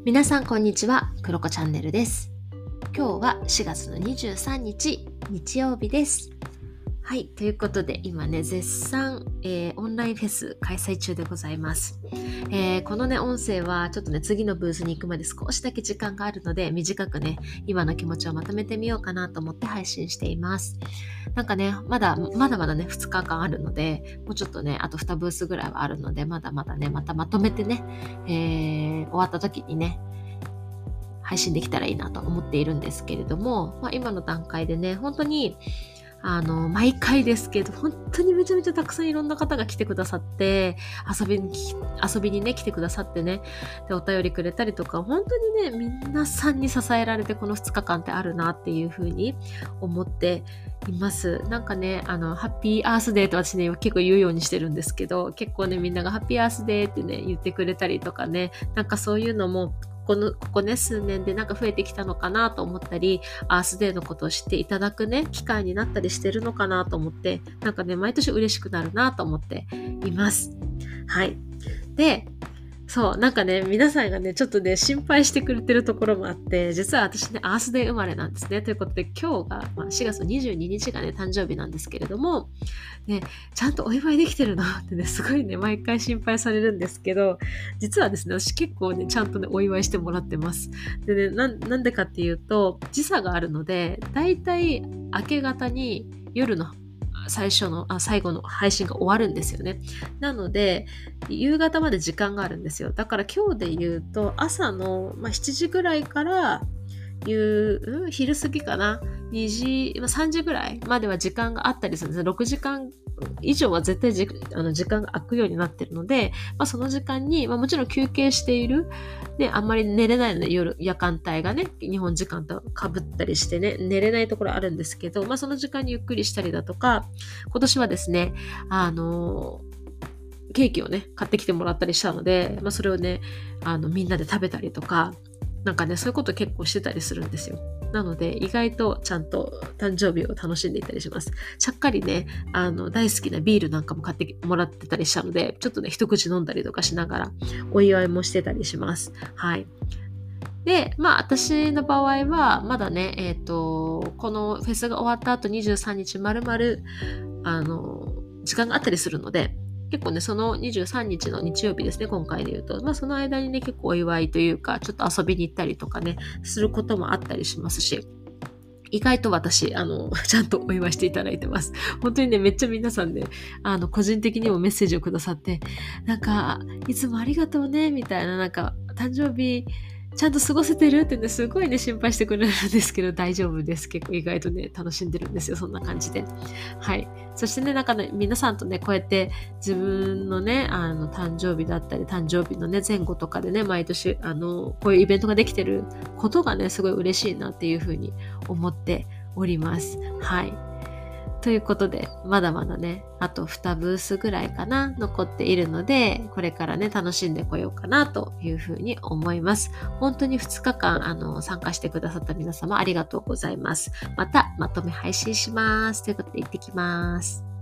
皆さんこんにちは、クロコチャンネルです。今日は4月の23日、日曜日です。はい、ということで今ね、絶賛、オンラインフェス開催中でございます。このね、音声はちょっとね、次のブースに行くまで少しだけ時間があるので、短くね、今の気持ちをまとめてみようかなと思って配信しています。なんかね、まだまだね、2日間あるので、もうちょっとね、あと2ブースぐらいはあるので、まだまだね、またまとめてね、終わった時にね、配信できたらいいなと思っているんですけれども、今の段階でね、本当に毎回ですけど、本当にめちゃめちゃたくさんいろんな方が来てくださって、遊びにね、来てくださってね、で、お便りくれたりとか、本当にね、皆さんに支えられてこの2日間ってあるなっていうふうに思っています。なんかね、ハッピーアースデーと私ね、結構言うようにしてるんですけど、結構ね、みんながハッピーアースデーってね、言ってくれたりとかね、なんかそういうのも、ここね、数年でなんか増えてきたのかなと思ったり、アースデーのことを知っていただくね、機会になったりしてるのかなと思って、なんかね、毎年嬉しくなるなと思っています。はい。で、そう、なんかね、皆さんがね、ちょっとね、心配してくれてるところもあって、実は私ね、アースデー生まれなんですね。ということで、今日が、4月22日がね、誕生日なんですけれども、ね、ちゃんとお祝いできてるのってね、すごいね、毎回心配されるんですけど、実はですね、私結構ね、ちゃんとね、お祝いしてもらってます。でね、なんでかっていうと、時差があるので、だいたい明け方に夜の最後の配信が終わるんですよね。なので、夕方まで時間があるんですよ。だから今日で言うと、朝の、7時ぐらいから昼過ぎかな、2時、3時ぐらいまでは時間があったりするんです。6時間以上は絶対時間が空くようになってるので、その時間に、もちろん休憩している、ね、あんまり寝れないので夜間帯がね、日本時間と被ったりしてね、寝れないところあるんですけど、その時間にゆっくりしたりだとか、今年はですね、ケーキをね、買ってきてもらったりしたので、それをね、みんなで食べたりとか、なんかね、そういうこと結構してたりするんですよ。なので、意外とちゃんと誕生日を楽しんでいたりします。ちゃっかりね、大好きなビールなんかも買ってもらってたりしたので、ちょっとね、一口飲んだりとかしながら、お祝いもしてたりします。はい。で、私の場合は、まだね、このフェスが終わった後23日丸々、時間があったりするので、結構ね、その23日の日曜日ですね、今回で言うと。その間にね、結構お祝いというか、ちょっと遊びに行ったりとかね、することもあったりしますし、意外と私、ちゃんとお祝いしていただいてます。本当にね、めっちゃ皆さんね、個人的にもメッセージをくださって、なんか、いつもありがとうね、みたいな、なんか、誕生日、ちゃんと過ごせてるってね、すごいね、心配してくれるんですけど、大丈夫です。結構意外とね、楽しんでるんですよ、そんな感じで。はい。そしてね、なんかね、皆さんとね、こうやって自分のね、誕生日だったり、誕生日のね、前後とかでね、毎年、こういうイベントができてることがね、すごい嬉しいなっていうふうに思っております。はい。ということで、まだまだね、あと2ブースぐらいかな、残っているので、これからね、楽しんでこようかなというふうに思います。本当に2日間、参加してくださった皆様ありがとうございます。また、まとめ配信します。ということで、行ってきます。